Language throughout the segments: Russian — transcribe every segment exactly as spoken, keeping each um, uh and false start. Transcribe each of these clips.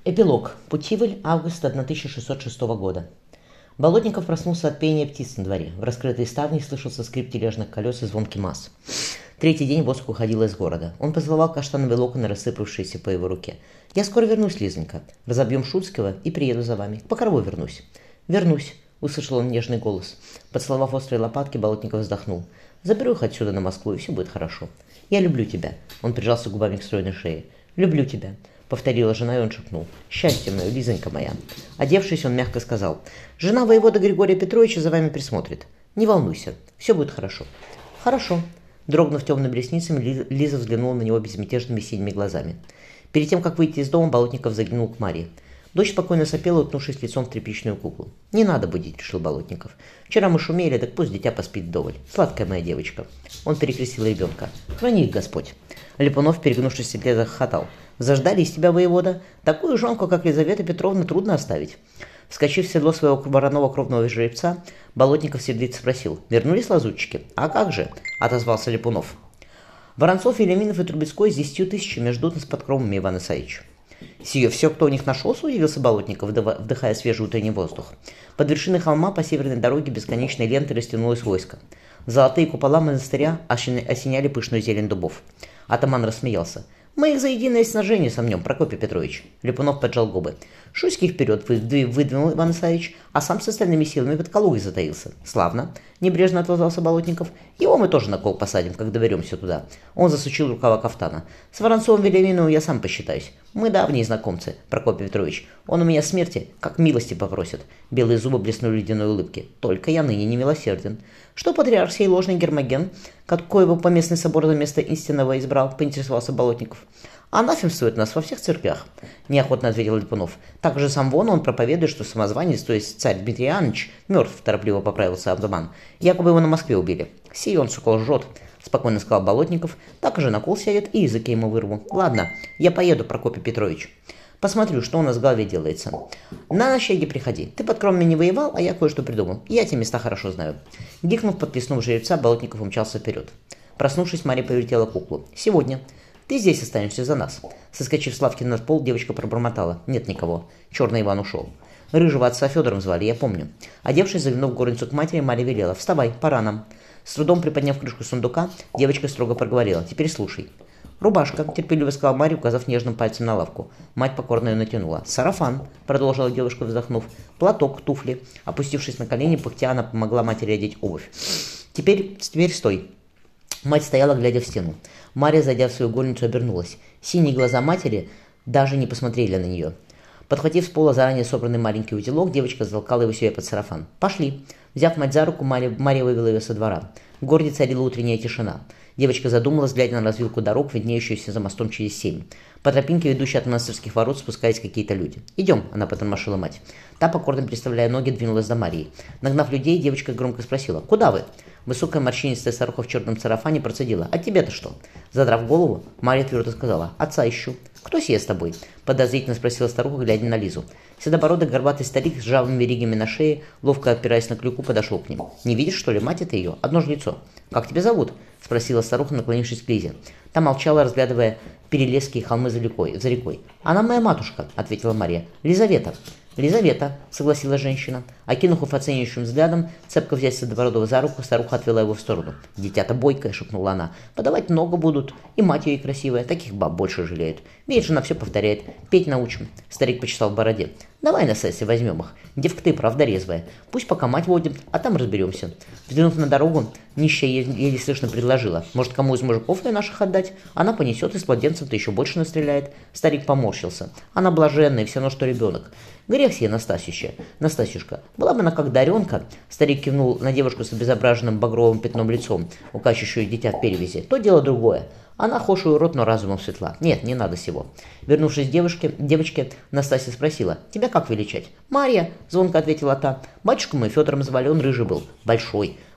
Эпилог. Путивль, август тысяча шестьсот шестого года. Болотников проснулся от пения птиц на дворе. В раскрытые ставни слышался скрип тележных колес и звонкий масс. Третий день воск уходил из города. Он поцеловал каштановые локоны, рассыпавшиеся по его руке. «Я скоро вернусь, Лизонька. Разобьем Шуцкого и приеду за вами. По корову вернусь». «Вернусь», — услышал он нежный голос. Поцеловав острые лопатки, Болотников вздохнул. «Заберу их отсюда на Москву, и все будет хорошо. Я люблю тебя». Он прижался губами к стройной шее. «Люблю тебя», — повторила жена, и он шепнул. «Счастье мое, Лизонька моя». Одевшись, он мягко сказал. «Жена воевода Григория Петровича за вами присмотрит. Не волнуйся, все будет хорошо». «Хорошо». Дрогнув темными ресницами, Лиза взглянула на него безмятежными синими глазами. Перед тем, как выйти из дома, Болотников заглянул к Марье. Дочь спокойно сопела, уткнувшись лицом в тряпичную куклу. «Не надо будить», — решил Болотников. «Вчера мы шумели, так пусть дитя поспит вдоволь. Сладкая моя девочка». Он перекрестил ребенка. «Храни их Господь». Липунов, перегнувшись в седле, захохотал. «Заждали из тебя, воевода? Такую жонку, как Лизавета Петровна, трудно оставить». Вскочив в седло своего вороного кровного жеребца, Болотников сердито спросил. «Вернулись лазутчики?» «А как же?» — отозвался Липунов. «Воронцов, Елеминов и Трубецкой с десятью тысячами ждут нас под кровами, Иван Исаевич». «Сие все, кто у них нашелся?» — удивился Болотников, вдыхая свежий утренний воздух. Под вершиной холма по северной дороге бесконечной лентой растянулось войско. Золотые купола монастыря осеняли пышную зелень дубов. Атаман рассмеялся. «Мы их за единое снажение сомнем, Прокопий Петрович». Липунов поджал губы. «Шуйский вперед выдвинул Иван Исаевич, а сам с остальными силами под Калугой затаился». «Славно», — небрежно отозвался Болотников. «Его мы тоже на кол посадим, как доберемся туда». Он засучил рукава кафтана. «С Воронцовым Велиминовым я сам посчитаюсь. Мы давние знакомцы, Прокопий Петрович. Он у меня смерти, как милости попросит». Белые зубы блеснули ледяной улыбки. «Только я ныне не милосерден». «Что патриарх сей ложный Гермоген, какой его поместный собор за место истинного избрал?» — поинтересовался Болотников. «Анафемствует нас во всех церквях», — неохотно ответил Липунов. «Также сам вон он проповедует, что самозванец, то есть царь Дмитрий Иванович, мертв», — торопливо поправился Абдаман. «Якобы его на Москве убили». «Сей он, сокол, жжет», — спокойно сказал Болотников. «Так же на кол сядет и языки ему вырву. Ладно, я поеду, Прокопий Петрович. Посмотрю, что у нас в голове делается. На нощаге приходи. Ты под кромами не воевал, а я кое-что придумал. Я эти места хорошо знаю». Гикнув, подплеснув жеребца, Болотников умчался вперед. Проснувшись, Марья повертела куклу. «Сегодня. Ты здесь останешься за нас». Соскочив с лавки на пол, девочка пробормотала. «Нет никого. Черный Иван ушел». Рыжего отца Федором звали, я помню. Одевшись, заглянув в горницу к матери, Марья велела. «Вставай, пора нам». С трудом приподняв крышку сундука, девочка строго проговорила. «Теперь слушай». «Рубашка», — терпеливо сказала Марья, указав нежным пальцем на лавку. Мать покорно ее натянула. «Сарафан», — продолжила девушка, вздохнув. «Платок, туфли». Опустившись на колени, пыхтя, она помогла матери одеть обувь. «Теперь, теперь стой». Мать стояла, глядя в стену. Марья, зайдя в свою горницу, обернулась. Синие глаза матери даже не посмотрели на нее. Подхватив с пола заранее собранный маленький узелок, девочка затолкала его себе под сарафан. «Пошли». Взяв мать за руку, Марья, Марья вывела ее со двора. В городе царила утренняя тишина. Девочка задумалась, глядя на развилку дорог, виднеющуюся за мостом через семь. По тропинке, ведущей от монастырских ворот, спускались какие-то люди. «Идем», — она потормошила мать. Та, покорно переставляя ноги, двинулась за Марьей. Нагнав людей, девочка громко спросила: «Куда вы?» Высокая морщинистая старуха в черном сарафане процедила: «А тебе-то что?» Задрав голову, Марья твердо сказала: «Отца ищу». «Кто сие с тобой?» — подозрительно спросила старуха, глядя на Лизу. Седобородый горбатый старик с жавыми веригами на шее, ловко опираясь на клюку, подошел к ним. «Не видишь, что ли, мать это ее? Одно же лицо». «Как тебя зовут?» — спросила старуха, наклонившись к Лизе. Та молчала, разглядывая перелески и холмы за рекой. За рекой. «Она моя матушка», — ответила Марья. «Лизавета». «Лизавета», — согласилась женщина. Окинув их оценивающим взглядом, цепко взять Седобородова за руку, старуха отвела его в сторону. «Дитя-то бойкое», — шепнула она. «Подавать много будут. И мать ее красивая. Таких баб больше жалеют. Видишь, жена все повторяет. Петь научим». Старик почесал в бороде. «Давай на сессии возьмем их. Девка ты, правда, резвая. Пусть пока мать водит, а там разберемся». Взглянув на дорогу, нищая еле слышно предложила: «Может, кому из мужиков ее наших отдать? Она понесет, и с младенцем-то еще больше настреляет». Старик поморщился. «Она блаженная, все равно, что ребенок». «Грех себе, Настасьюще. Настасьюшка, была бы она как Даренка». Старик кивнул на девушку с обезображенным багровым пятном лицом, укачивающую дитя в перевязи. «То дело другое. Она хошую рот, но разумом светла. Нет, не надо сего». Вернувшись к девушке, девочке, Настасья спросила: «Тебя как величать?» «Марья», — звонко ответила та. «Батюшку мы Федором звали, он рыжий был. Большой.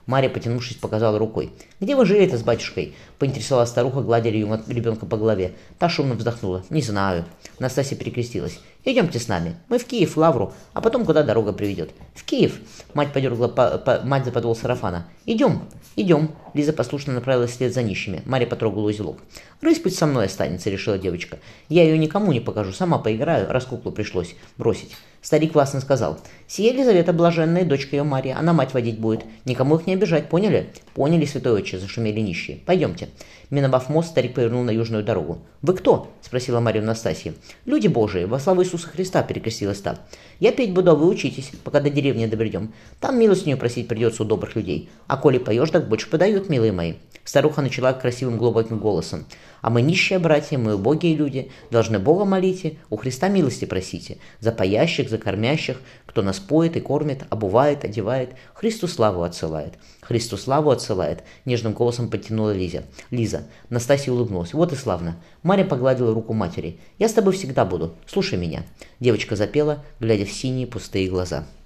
Марья, потянувшись, показала рукой. «Где вы жили-то с батюшкой?» – поинтересовалась старуха, гладя ребенка по голове. Та шумно вздохнула. «Не знаю». Настасья перекрестилась. «Идемте с нами. Мы в Киев, в Лавру, а потом куда дорога приведет». «В Киев!» – мать подергала по, по, мать за подол сарафана. «Идем, идем». Лиза послушно направилась вслед за нищими. Марья потрогала узелок. «Рысь пусть со мной останется», – решила девочка. «Я ее никому не покажу, сама поиграю, раз куклу пришлось бросить». Старик властно сказал: «Сия Елизавета блаженная, дочка ее Марья, она мать водить будет. Никому их не обижать, поняли?» «Поняли, святой отче», — зашумели нищие. «Пойдемте». Миновав мост, старик повернул на южную дорогу. «Вы кто?» — спросила Марья Настасья. «Люди Божии, во славу Иисуса Христа», — перекрестилась та. «Я петь буду, а вы учитесь, пока до деревни добредем. Там милостыню просить придется у добрых людей. А коли поешь, так больше подают, милые мои». Старуха начала красивым глубоким голосом. «А мы нищие братья, мы убогие люди, должны Бога молите, у Христа милости просите, за поящих, за кормящих, кто нас поет и кормит, обувает, одевает, Христу славу отсылает». «Христу славу отсылает», — нежным голосом подтянула Лиза. Лиза. Настасья улыбнулась. «Вот и славно». Марья погладила руку матери. «Я с тобой всегда буду. Слушай меня». Девочка запела, глядя в синие пустые глаза.